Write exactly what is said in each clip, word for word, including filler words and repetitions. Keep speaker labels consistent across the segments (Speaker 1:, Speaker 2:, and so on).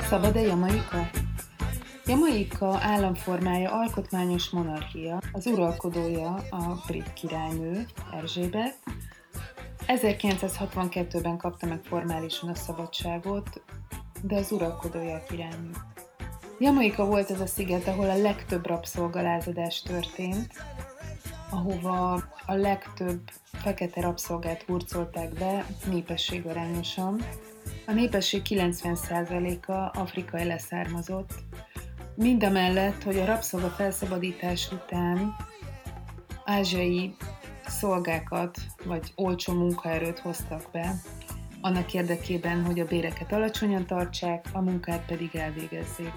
Speaker 1: Szabad-e Jamaika? Jamaika államformája alkotmányos monarchia, az uralkodója a brit királynő, Erzsébet. ezerkilencszázhatvankettőben kapta meg formálisan a szabadságot, de az uralkodója a királynő. Jamaika volt az a sziget, ahol a legtöbb rabszolgalázadás történt, ahova a legtöbb fekete rabszolgát hurcolták be népességarányosan. A népesség kilencven százaléka afrikai leszármazott, mindamellett, hogy a rabszolga felszabadítás után ázsiai szolgákat vagy olcsó munkaerőt hoztak be, annak érdekében, hogy a béreket alacsonyan tartsák, a munkát pedig elvégezzék.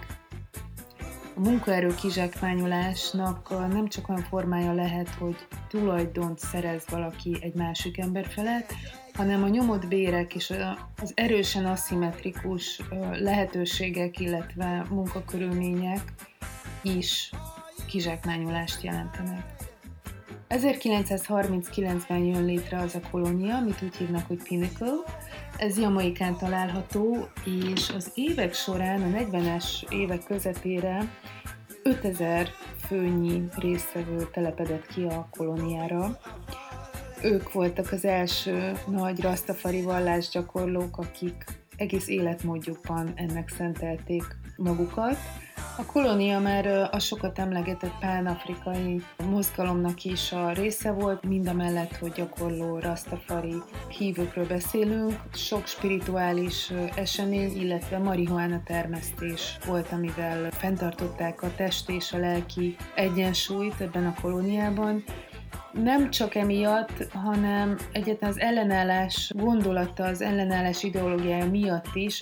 Speaker 1: A munkaerő kizsákmányolásnak nem csak olyan formája lehet, hogy tulajdont szerez valaki egy másik ember felett, hanem a nyomott bérek és az erősen aszimmetrikus lehetőségek, illetve munkakörülmények is kizsákmányolást jelentenek. ezerkilencszázharminckilencben jön létre az a kolónia, amit úgy hívnak, hogy Pinnacle. Ez Jamaikán található, és az évek során, a negyvenes évek közepére ötezer főnyi résztvevő telepedett ki a kolóniára. Ők voltak az első nagy rastafari vallásgyakorlók, akik egész életmódjukban ennek szentelték magukat. A kolónia már a sokat emlegetett pán-afrikai mozgalomnak is a része volt, mindamellett, hogy gyakorló rastafari hívőkről beszélünk. Sok spirituális esemény, illetve marihuána termesztés volt, amivel fenntartották a test és a lelki egyensúlyt ebben a kolóniában. Nem csak emiatt, hanem egyáltalán az ellenállás gondolata, az ellenállás ideológiája miatt is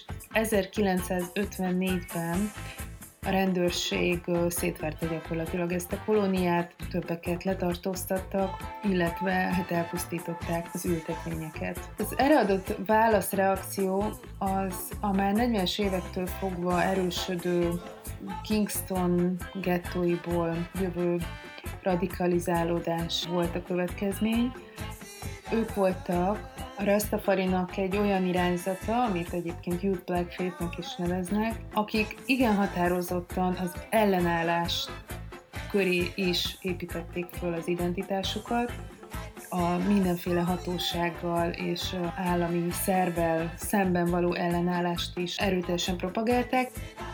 Speaker 1: ezerkilencszázötvennégyben a rendőrség szétverte gyakorlatilag ezt a kolóniát, többeket letartóztattak, illetve hát elpusztították az ültetvényeket. Az erre adott válaszreakció az a már negyvenes évektől fogva erősödő Kingston gettóiból jövő radikalizálódás volt a következmény. Ők voltak a Rastafarinak egy olyan irányzata, amit egyébként Youth Black Faith-nek is neveznek, akik igen határozottan az ellenállás köré is építették föl az identitásukat, a mindenféle hatósággal és állami szervvel szemben való ellenállást is erőteljesen propagálták.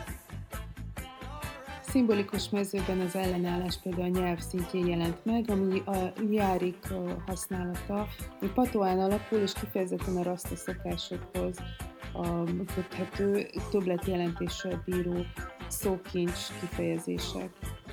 Speaker 1: Szimbolikus mezőben az ellenállás például a nyelv szintjén jelent meg, ami a járik használata. A patoán alapul és kifejezetten a rasta szokásokhoz köthető, többletjelentéssel bíró szókincs kifejezések.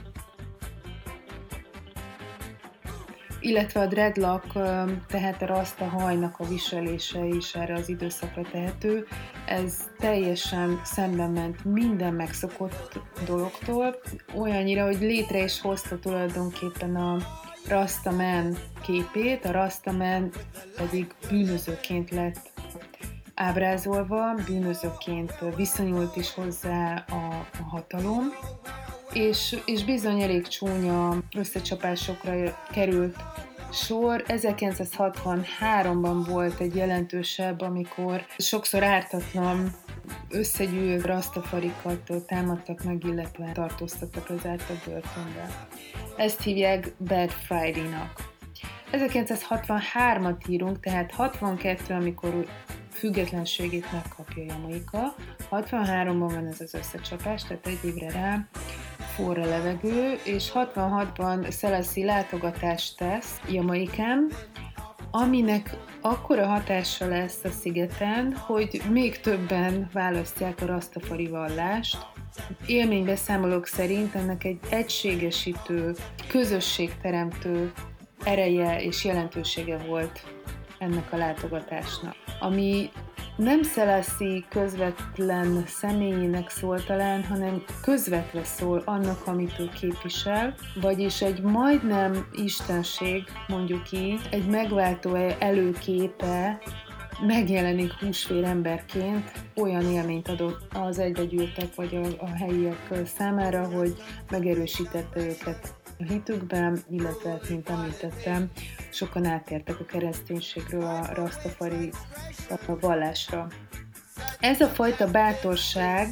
Speaker 1: Illetve a dreadlock, tehát a rasta hajnak a viselése is erre az időszakra tehető. Ez teljesen szemben ment minden megszokott dologtól, olyannyira, hogy létre is hozta tulajdonképpen a Rastaman képét, a Rastaman pedig bűnözőként lett ábrázolva, bűnözőként viszonyult is hozzá a, a hatalom, és, és bizony elég csúnya összecsapásokra került sor. ezerkilencszázhatvanháromban volt egy jelentősebb, amikor sokszor ártatlan összegyűlt rastafarikat támadtak meg, illetve tartóztattak ezáltal börtönbe. Ezt hívják Bad Friday-nak. ezerkilencszázhatvanhármat írunk, tehát hatvankettő, amikor függetlenségét megkapja Jamaika. hatvanháromban van ez az összecsapás, tehát egy évre rá forr a levegő, és hatvanhatban Selassie látogatást tesz Jamaikán, aminek akkora hatása lesz a szigeten, hogy még többen választják a rastafari vallást. Élménybeszámolók szerint ennek egy egységesítő, közösségteremtő ereje és jelentősége volt ennek a látogatásnak. Ami nem Selassie közvetlen személyének szól talán, hanem közvetve szól annak, amit ő képvisel, vagyis egy majdnem istenség, mondjuk így, egy megváltó előképe megjelenik húsvér emberként, olyan élményt adott az egybegyűltek vagy a, a helyiek számára, hogy megerősítette őket a hitükben, illetve, mint említettem, sokan átértek a kereszténységről a rastafari vallásra. Ez a fajta bátorság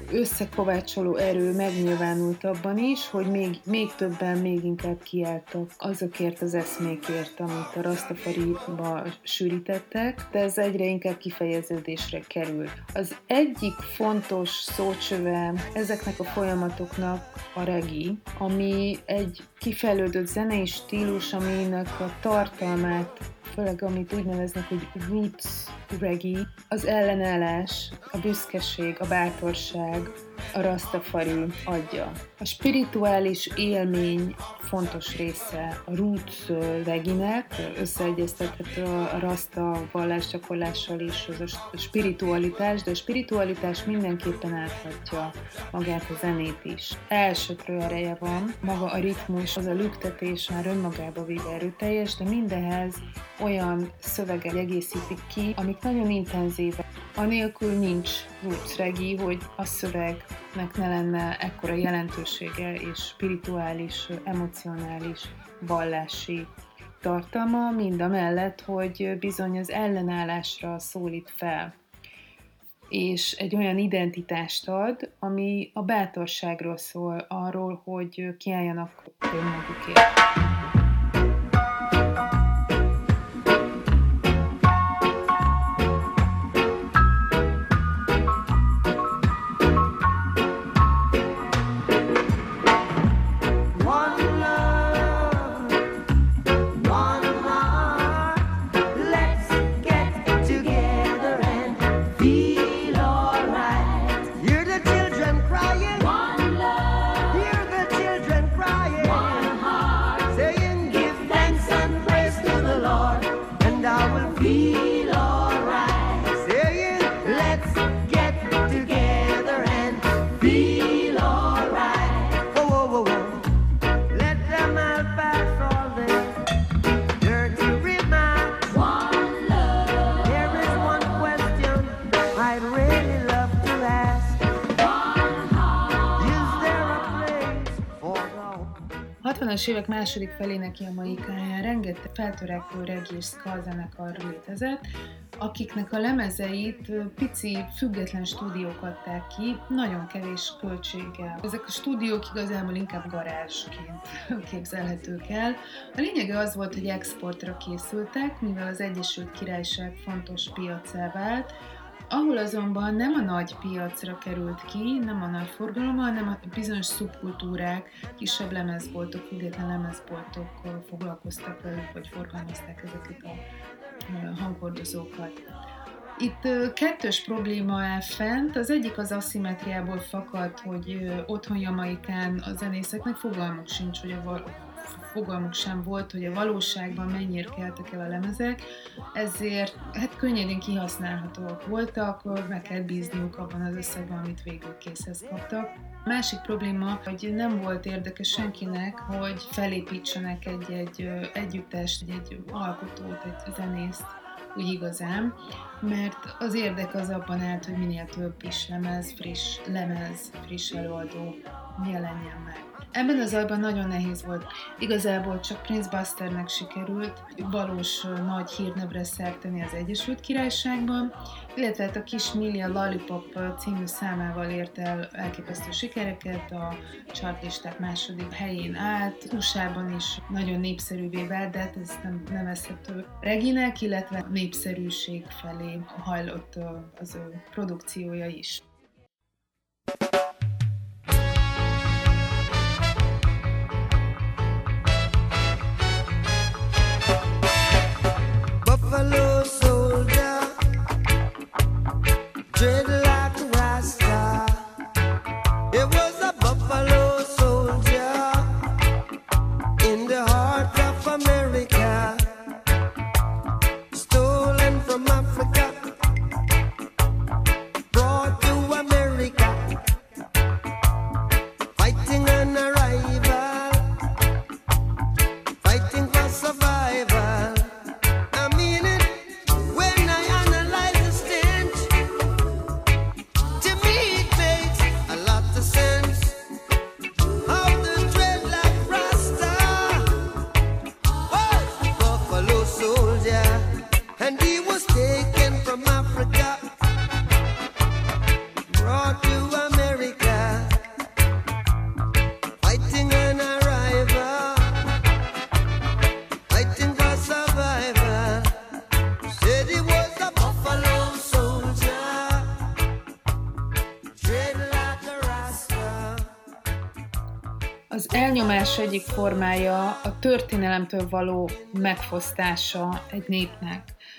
Speaker 1: összekovácsoló erő megnyilvánult abban is, hogy még, még többen, még inkább kiálltak azokért az eszmékért, amit a Rastafariba sűrítettek, de ez egyre inkább kifejeződésre kerül. Az egyik fontos szócsöve ezeknek a folyamatoknak a reggae, ami egy kifejlődött zenei stílus, aminek a tartalmát, főleg amit úgy neveznek, hogy roots reggae, az ellenállás, a büszkeség, a bátorság, a Rastafari adja. A spirituális élmény fontos része a roots reggae-nek, összeegyeztethető a rasta vallásgyakorlással is, az a spiritualitás, de a spiritualitás mindenképpen áthatja magát a zenét is. Elsöprő ereje van, maga a ritmus, az a lüktetés már önmagába véve erőteljes, de mindehhez olyan szövegek egészítik ki, amik nagyon intenzívek. Anélkül nincs roots reggae, hogy a szövegnek ne lenne ekkora jelentősége és spirituális, emocionális, vallási tartalma, mind a mellett, hogy bizony az ellenállásra szólít fel, és egy olyan identitást ad, ami a bátorságról szól, arról, hogy kiálljanak önmagukért. hatvanas évek második felének Jamaikáján rengeteg feltörekvő reggae és ska zenekar létezett, akiknek a lemezeit pici, független stúdiók adták ki, nagyon kevés költséggel. Ezek a stúdiók igazából inkább garázsként képzelhetők el. A lényege az volt, hogy exportra készültek, mivel az Egyesült Királyság fontos piacá vált, ahol azonban nem a nagy piacra került ki, nem a nagy forgalommal, hanem a bizonyos szubkultúrák, kisebb lemezboltok, független lemezboltok foglalkoztak velük, vagy forgalmazták ezeket a hanghordozókat. Itt kettős probléma áll fent, az egyik az aszimmetriából fakad, hogy otthon Jamaikán a zenészeknek fogalmuk sincs, hogy a val- fogalmuk sem volt, hogy a valóságban mennyire keltek el a lemezek, ezért hát könnyedén kihasználhatóak voltak, meg kell bízniuk abban az összegben, amit végül készhez kaptak. A másik probléma, hogy nem volt érdekes senkinek, hogy felépítsenek egy-egy együttest, egy alkotót, egy zenészt, úgy igazán, mert az érdek az abban állt, hogy minél több is lemez, friss lemez, friss előadó jelenjen meg. Ebben az alban nagyon nehéz volt. Igazából csak Prince Busternek sikerült valós nagy hírnevre szert tenni az Egyesült Királyságban, illetve hát a Kis Millie Lollipop című számával ért el elképesztő sikereket, a chartlisták második helyén állt, u es á-ban is nagyon népszerűvé vált, de hát ez nem nevezhető reggae-nek, illetve népszerűség felé hajlott az ő produkciója is.
Speaker 2: Buffalo soldier, dread like a Rasta. It was a buffalo soldier in the heart of America, stolen from Africa, brought to
Speaker 1: elnyomás egyik formája a történelemtől való megfosztása egy népnek.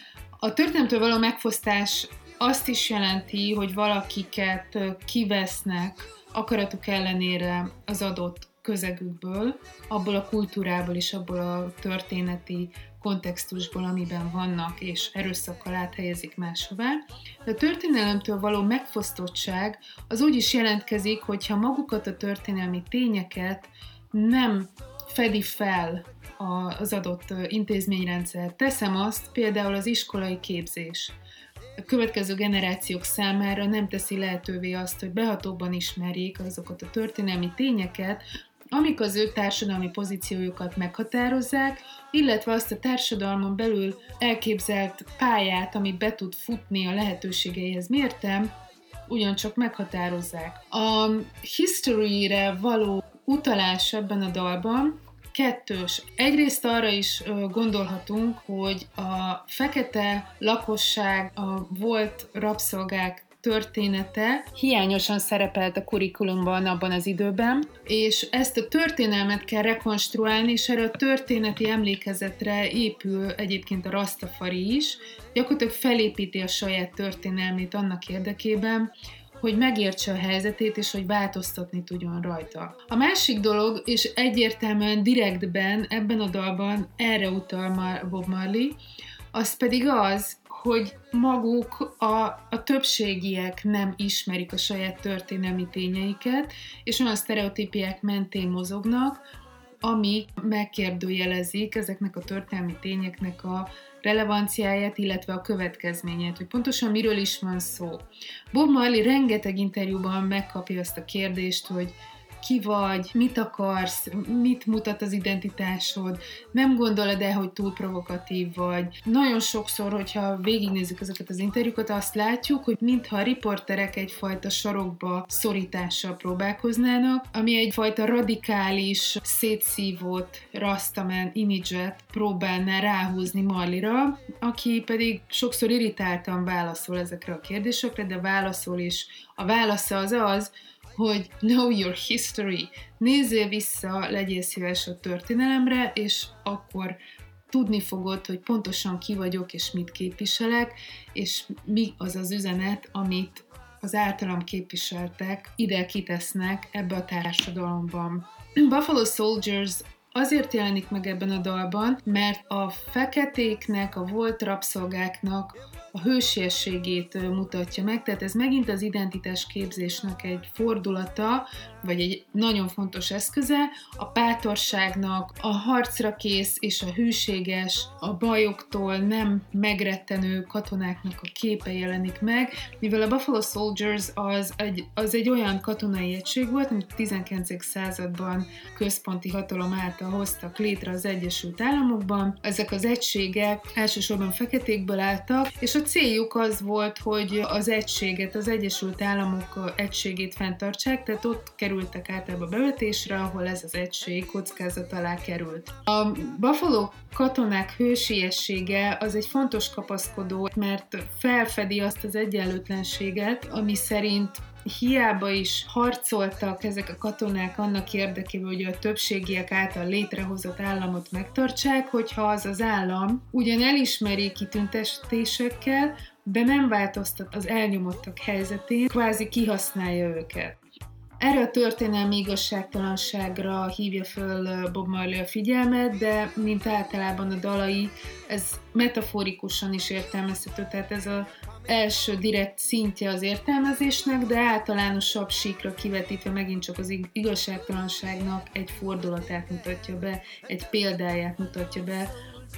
Speaker 1: A történelemtől való megfosztás azt is jelenti, hogy valakiket kivesznek akaratuk ellenére az adott közegükből, abból a kultúrából és abból a történeti kontextusból, amiben vannak, és erőszakkal áthelyezik máshová. De a történelemtől való megfosztottság az úgy is jelentkezik, hogyha magukat a történelmi tényeket nem fedi fel az adott intézményrendszer. Teszem azt, például az iskolai képzés. A következő generációk számára nem teszi lehetővé azt, hogy behatóban ismerjék azokat a történelmi tényeket, amik az ő társadalmi pozíciójukat meghatározzák, illetve azt a társadalmon belül elképzelt pályát, amit be tud futni a lehetőségeihez mérten, ugyancsak meghatározzák. A history-re való utalás ebben a dalban kettős. Egyrészt arra is gondolhatunk, hogy a fekete lakosság, a volt rabszolgák története hiányosan szerepelt a kurikulumban abban az időben, és ezt a történelmet kell rekonstruálni, és erre a történeti emlékezetre épül egyébként a Rastafari is, gyakorlatilag felépíti a saját történelmét annak érdekében, hogy megértse a helyzetét, és hogy változtatni tudjon rajta. A másik dolog, és egyértelműen direktben ebben a dalban erre utal Bob Marley, az pedig az, hogy maguk a, a többségiek nem ismerik a saját történelmi tényeiket, és olyan sztereotípiák mentén mozognak, amik megkérdőjelezik ezeknek a történelmi tényeknek a relevanciáját, illetve a következményét, hogy pontosan miről is van szó. Bob Marley rengeteg interjúban megkapja azt a kérdést, hogy ki vagy, mit akarsz, mit mutat az identitásod, nem gondolod el, hogy túl provokatív vagy. Nagyon sokszor, hogyha végignézzük ezeket az interjúkat, azt látjuk, hogy mintha a riporterek egyfajta sarokba szorítással próbálkoznának, ami egyfajta radikális, szétszívott rastaman imidzset próbálná ráhúzni Marleyra, aki pedig sokszor irritáltan válaszol ezekre a kérdésekre, de válaszol is. A válasza az az, hogy know your history, nézzél vissza, legyél szíves a történelemre, és akkor tudni fogod, hogy pontosan ki vagyok, és mit képviselek, és mi az az üzenet, amit az általam képviseltek ide kitesznek ebbe a társadalomban. Buffalo Soldiers azért jelenik meg ebben a dalban, mert a feketéknek, a volt rabszolgáknak a hősiességét mutatja meg, tehát ez megint az identitás képzésnek egy fordulata, vagy egy nagyon fontos eszköze, a bátorságnak, a harcra kész és a hűséges, a bajoktól nem megrettenő katonáknak a képe jelenik meg, mivel a Buffalo Soldiers az egy, az egy olyan katonai egység volt, amit a tizenkilencedik században központi hatalom által hoztak létre az Egyesült Államokban. Ezek az egységek elsősorban feketékből álltak, és a céljuk az volt, hogy az egységet, az Egyesült Államok egységét fenntartsák, tehát ott kerültek általában bevetésre, ahol ez az egység kockázat alá került. A Buffalo katonák hősiessége az egy fontos kapaszkodó, mert felfedi azt az egyenlőtlenséget, ami szerint hiába is harcoltak ezek a katonák annak érdekében, hogy a többségiek által létrehozott államot megtartsák, hogyha az az állam ugyan elismeri kitüntetésekkel, de nem változtat az elnyomottak helyzetén, kvázi kihasználja őket. Erre a történelmi igazságtalanságra hívja föl Bob Marley a figyelmet, de mint általában a dalai, ez metaforikusan is értelmezhető, tehát ez az első direkt szintje az értelmezésnek, de általánosabb síkra kivetítve megint csak az igazságtalanságnak egy fordulatát mutatja be, egy példáját mutatja be,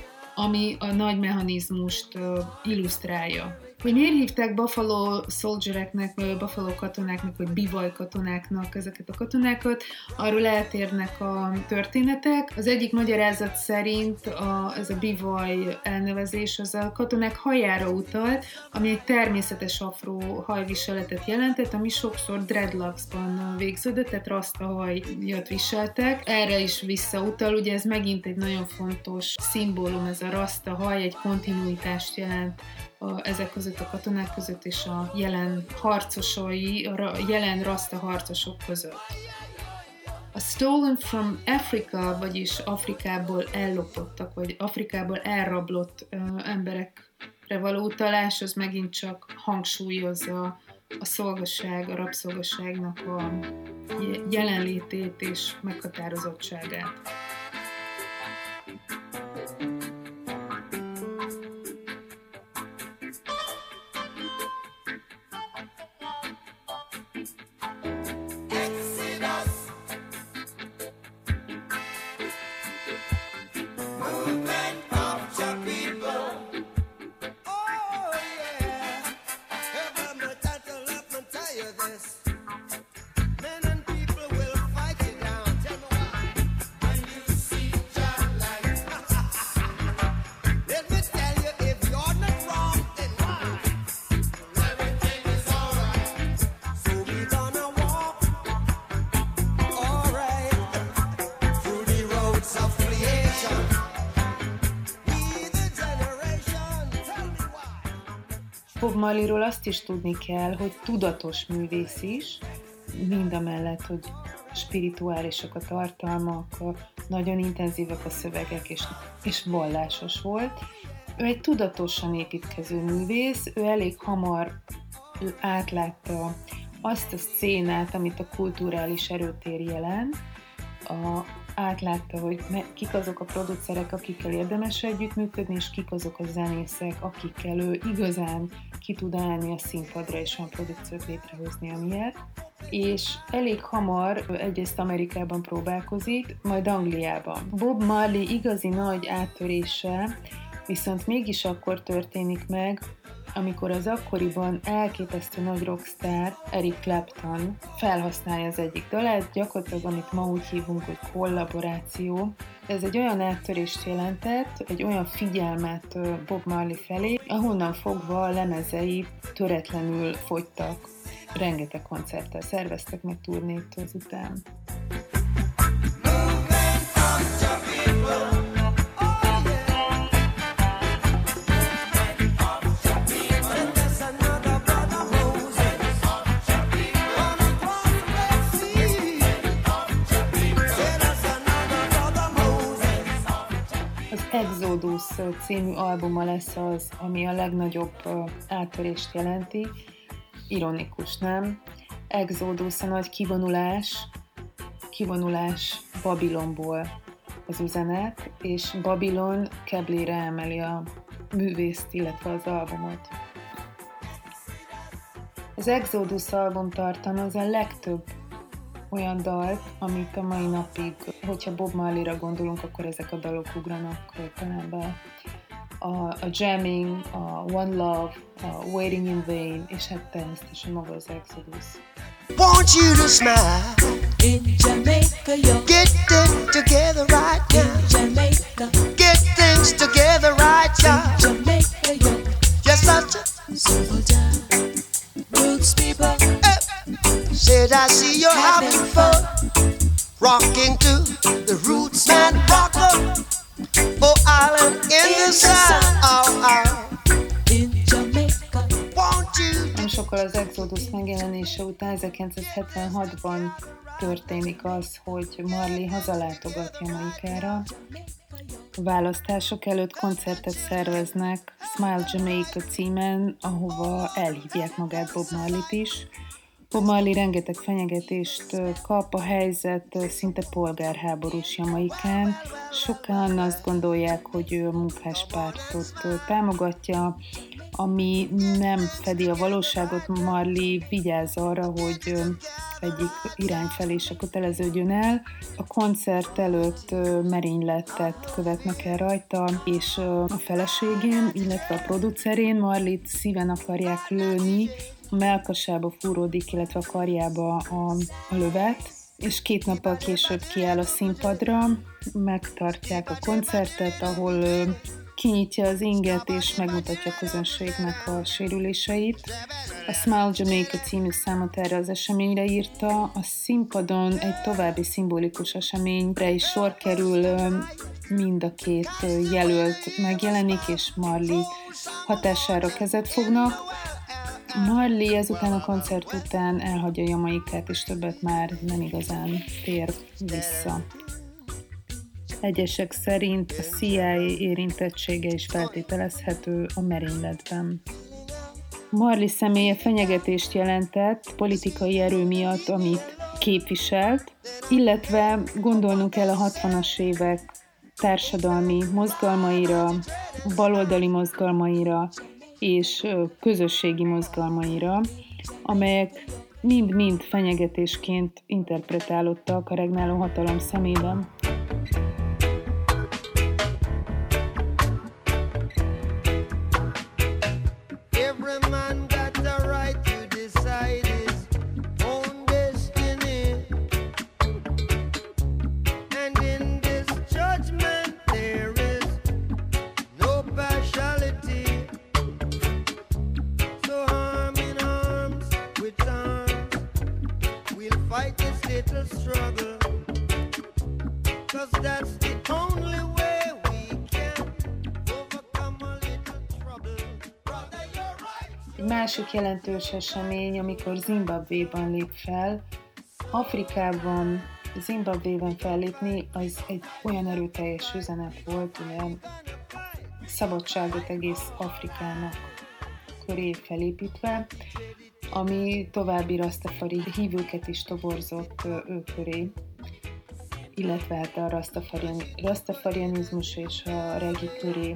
Speaker 1: ami a nagy mechanizmust illusztrálja. Hogy miért hívták Buffalo Soldiereknek, vagy Buffalo katonáknak, vagy bivaj katonáknak ezeket a katonákat, arról eltérnek a történetek. Az egyik magyarázat szerint a, ez a bivaj elnevezés az a katonák hajára utalt, ami egy természetes afró hajviseletet jelentett, ami sokszor dreadlocksban végződött, tehát rasztahajjat viseltek. Erre is visszautal, ugye ez megint egy nagyon fontos szimbólum, ez a rasztahaj, egy kontinuitást jelent A, ezek között a katonák között és a jelen harcosai, a jelen raszta harcosok között. A Stolen from Africa, vagyis Afrikából ellopottak, vagy Afrikából elrablott ö, emberekre való utalás, az megint csak hangsúlyozza a szolgaság, a rabszolgaságnak a jelenlétét és meghatározottságát. Bob Marleyról azt is tudni kell, hogy tudatos művész is, mindamellett, hogy spirituálisak a tartalmak, nagyon intenzívek a szövegek, és, és vallásos volt. Ő egy tudatosan építkező művész, ő elég hamar ő átlátta azt a szcénát, amit a kulturális erőtér jelent, a, átlátta, hogy kik azok a producerek, akikkel érdemes együttműködni, és kik azok a zenészek, akikkel ő igazán ki tud állni a színpadra, és olyan produkciót létrehozni, amilyet. És elég hamar egyrészt Amerikában próbálkozik, majd Angliában. Bob Marley igazi nagy áttörése viszont mégis akkor történik meg, amikor az akkoriban elképesztő nagy rockstar Eric Clapton felhasználja az egyik dalát, gyakorlatilag amit ma úgy hívunk, hogy kollaboráció. Ez egy olyan áttörést jelentett, egy olyan figyelmet Bob Marley felé, ahonnan fogva a lemezei töretlenül fogytak. Rengeteg koncerttel szerveztek meg turnét azután. Exodus című albuma lesz az, ami a legnagyobb áttörést jelenti. Ironikus, nem? Exodus a nagy kivonulás, kivonulás Babilonból az üzenet, és Babilon keblére emeli a művészt, illetve az albumot. Az Exodus album tartalmaz a legtöbb olyan dalt, amit a mai napig, hogyha Bob Marleyra gondolunk, akkor ezek a dalok ugranak talán be. A, a Jamming, a One Love, a Waiting in Vain, és hát természetesen maga az Exodus.
Speaker 2: Want you to smile
Speaker 3: In Jamaica, yo.
Speaker 2: Get it together right now.
Speaker 3: In Jamaica,
Speaker 2: Get things together right now.
Speaker 3: in Jamaica, yo.
Speaker 2: Just such a
Speaker 3: Simple down, roots people,
Speaker 2: eh. Said I see you're having fun, rocking to the roots man rocker. Oh, island in the sun. Oh, oh.
Speaker 3: in Jamaica.
Speaker 2: Want you
Speaker 1: Nem sokkal az Exodus megjelenése után ezerkilencszázhetvenhatban történik az, hogy Marley hazalátogat Jamaikára. A választások előtt koncertet szerveznek Smile Jamaica címen, ahova elhívják magát Bob Marleyt is. Bob Marley rengeteg fenyegetést kap, a helyzet szinte polgárháborús Jamaikán. Sokan azt gondolják, hogy ő a munkáspártot támogatja, ami nem fedi a valóságot. Marley vigyáz arra, hogy egyik irány felé se köteleződjön el. A koncert előtt merényletet követnek el rajta, és a feleségén, illetve a producerén Marleyt szíven akarják lőni, a mellkasába fúródik, illetve a karjába a, a lövet, és két nappal később kiáll a színpadra, megtartják a koncertet, ahol ö, kinyitja az inget és megmutatja a közönségnek a sérüléseit. A Smile Jamaica című számot erre az eseményre írta, a színpadon egy további szimbolikus eseményre is sor kerül, ö, mind a két jelölt megjelenik, és Marley hatására kezet fognak. Marley ezután a koncert után elhagyja Jamaikát, és többet már nem igazán tér vissza. Egyesek szerint a C I A érintettsége is feltételezhető a merényletben. Marley személye fenyegetést jelentett politikai erő miatt, amit képviselt, illetve gondolnunk kell a hatvanas évek társadalmi mozgalmaira, baloldali mozgalmaira és közösségi mozgalmaira, amelyek mind-mind fenyegetésként interpretálódtak a regnáló hatalom szemében. Egy másik jelentős esemény, amikor Zimbabvéban lép fel. Afrikában, Zimbabvéban fellépni, az egy olyan erőteljes üzenet volt, ugye szabadságot egész Afrikának köré felépítve, ami további rastafari hívőket is toborzott ő köré, illetve hát a rastafarian, rastafarianizmus és a regi köré.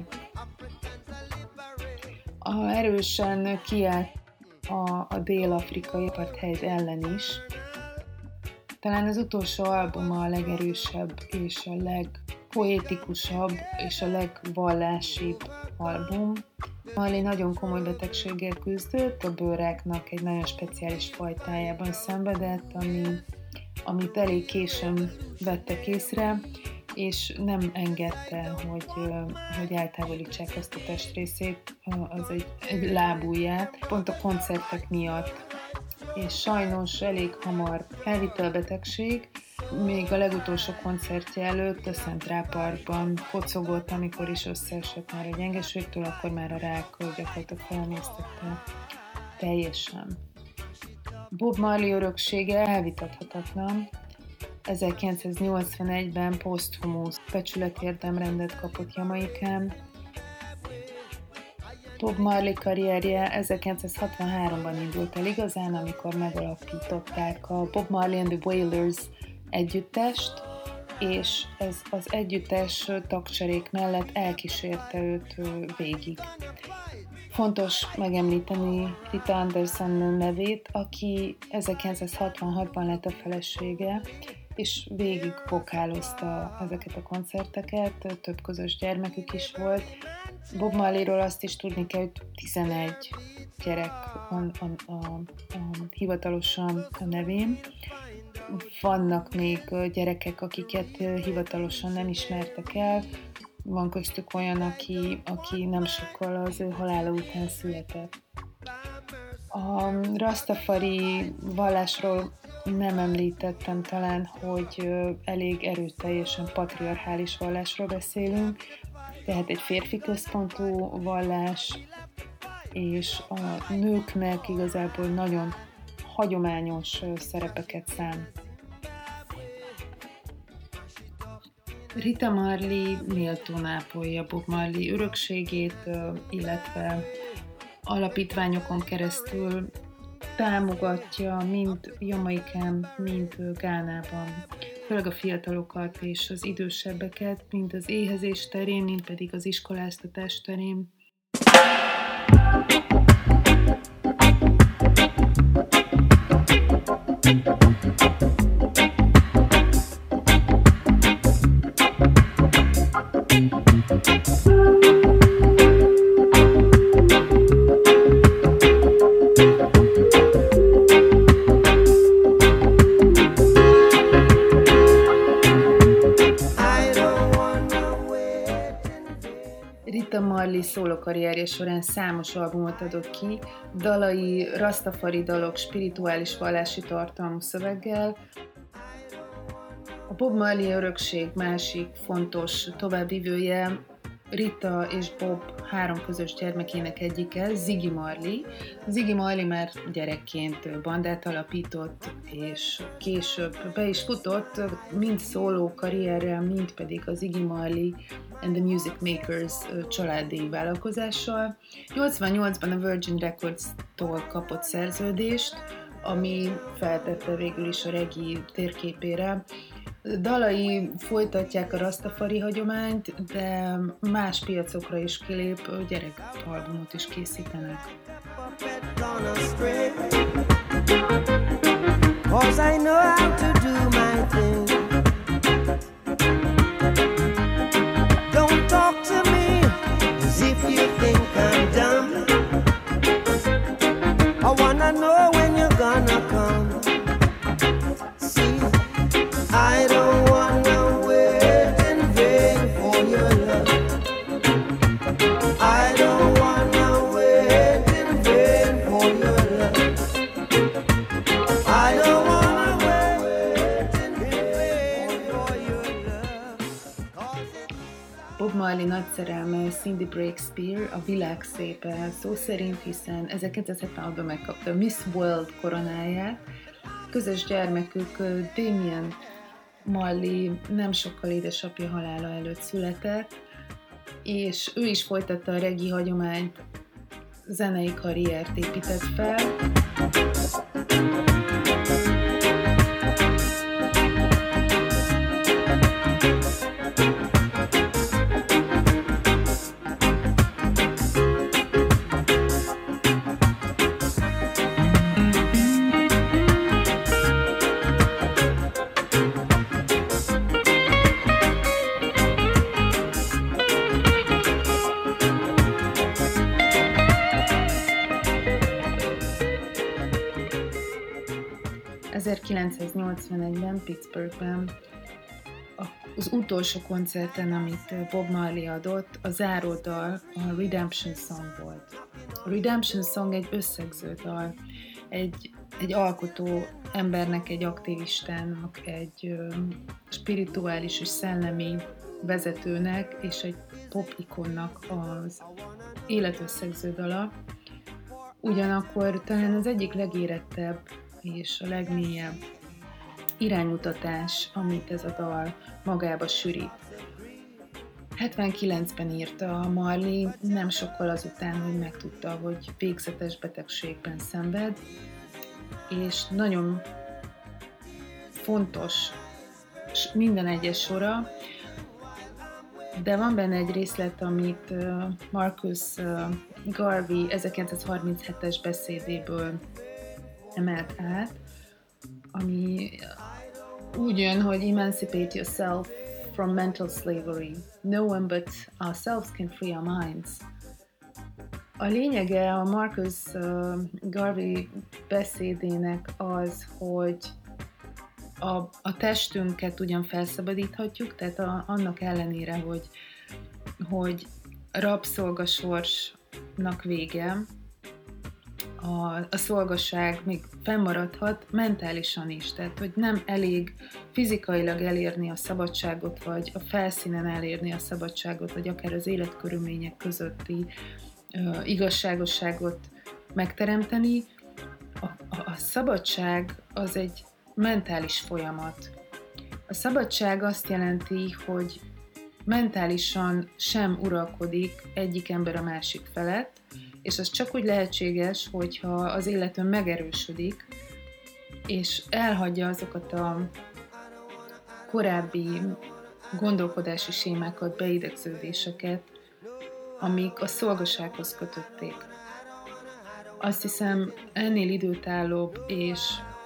Speaker 1: A erősen kiállt a, a dél-afrikai apartheid ellen is. Talán az utolsó albuma a legerősebb és a legpoetikusabb és a legvallásibb album. Marley nagyon komoly betegséggel küzdött, a bőrráknak egy nagyon speciális fajtájában szenvedett, ami, amit elég későn vettek észre, és nem engedte, hogy, hogy eltávolítsák azt a testrészét, az egy, egy lábujját, pont a koncertek miatt. És sajnos elég hamar elvitte a betegség, még a legutolsó koncertje előtt a Central Parkban kocogott, amikor is összeesett már a gyengeségtől, akkor már a rák gyakorlatilag felmésztette teljesen. Bob Marley öröksége elvitathatatlan. ezerkilencszáznyolcvanegyben poszthumusz becsületérdemrendet kapott Jamaikán. Bob Marley karrierje ezerkilencszázhatvanháromban indult el igazán, amikor megalapították a Bob Marley and the Wailers együttest, és ez az együttes tagcserék mellett elkísérte őt végig. Fontos megemlíteni Rita Anderson nevét, aki ezerkilencszázhatvanhatban lett a felesége, és végig vokálozta ezeket a koncerteket, több közös gyermekük is volt. Bob Marleyról azt is tudni kell, hogy tizenegy gyerek van a, a, a, hivatalosan a nevén. Vannak még gyerekek, akiket hivatalosan nem ismertek el. Van köztük olyan, aki, aki nem sokkal az ő halála után született. A rastafari vallásról nem említettem talán, hogy elég erőteljesen patriarchális vallásról beszélünk, tehát egy férfi központú vallás, és a nőknek igazából nagyon hagyományos szerepeket szán. Rita Marley méltón ápolja Bob Marley örökségét, illetve alapítványokon keresztül támogatja mind Jamaikán, mind Gánában, főleg a fiatalokat és az idősebbeket, mind az éhezés terén, mind pedig az iskoláztatás terén. Rita Marley szólókarrierje során számos albumot adott ki, dalai rastafari dalok spirituális vallási tartalmú szöveggel. A Bob Marley örökség másik fontos továbbvivője Rita és Bob három közös gyermekének egyike, Ziggy Marley. Ziggy Marley már gyerekként bandát alapított, és később be is futott, mind szóló karrierrel, mind pedig az Ziggy Marley and the Music Makers családi vállalkozással. nyolcvannyolcban a Virgin Records-tól kapott szerződést, ami feltette végül is a reggae térképére. Dalai folytatják a rastafari hagyományt, de más piacokra is kilép, gyerekalbumot is készítenek.
Speaker 2: Don't talk to me as if you think I'm dumb. I wanna know when you're gonna come. See, I don't wanna wait in vain for your love. I don't wanna wait in vain for your love. I don't wanna wait in vain for your love.
Speaker 1: Bob Marley nagy szerelme Cindy Breakspeare, a világ szépe szó szerint, hiszen ezerkilencszázhetvenhatban megkapta Miss World koronáját. Közös gyermekük Damien Marley nem sokkal édesapja halála előtt született, és ő is folytatta a reggae hagyományt, zenei karriert épített fel. ezerkilencszáznyolcvanegyben Pittsburghben az utolsó koncerten, amit Bob Marley adott, a záródal a Redemption Song volt. A Redemption Song egy összegző dal, egy, egy alkotó embernek, egy aktivistának, egy spirituális és szellemi vezetőnek és egy pop ikonnak az életösszegző dala. Ugyanakkor talán az egyik legérettebb és a legmélyebb iránymutatás, amit ez a dal magába sűrít. hetvenkilencben írta a Marley, nem sokkal azután, hogy megtudta, hogy végzetes betegségben szenved, és nagyon fontos minden egyes sora, de van benne egy részlet, amit Marcus Garvey ezerkilencszázharminchetes beszédéből emelt át, ami úgy jön, hogy emancipate yourself from mental slavery. No one but ourselves can free our minds. A lényege a Marcus uh, Garvey beszédének az, hogy a, a testünket ugyan felszabadíthatjuk, tehát a, annak ellenére, hogy, hogy rabszolgasorsnak vége, A, a szolgaság még fennmaradhat mentálisan is, tehát hogy nem elég fizikailag elérni a szabadságot, vagy a felszínen elérni a szabadságot, vagy akár az életkörülmények közötti uh, igazságosságot megteremteni. A, a, a szabadság az egy mentális folyamat. A szabadság azt jelenti, hogy mentálisan sem uralkodik egyik ember a másik felett, és az csak úgy lehetséges, hogyha az életön megerősödik, és elhagyja azokat a korábbi gondolkodási sémákat, beidegződéseket, amik a szolgasághoz kötötték. Azt hiszem, ennél időtállóbb és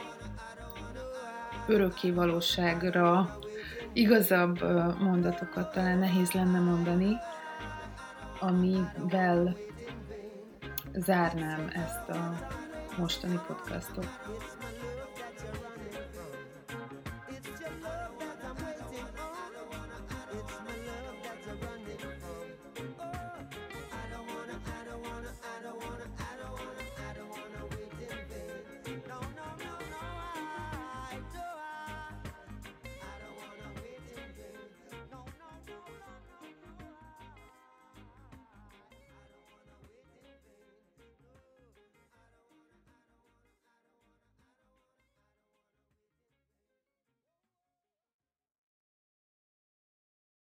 Speaker 1: örökké valóságra igazabb mondatokat talán nehéz lenne mondani, amivel zárnám ezt a mostani podcastot.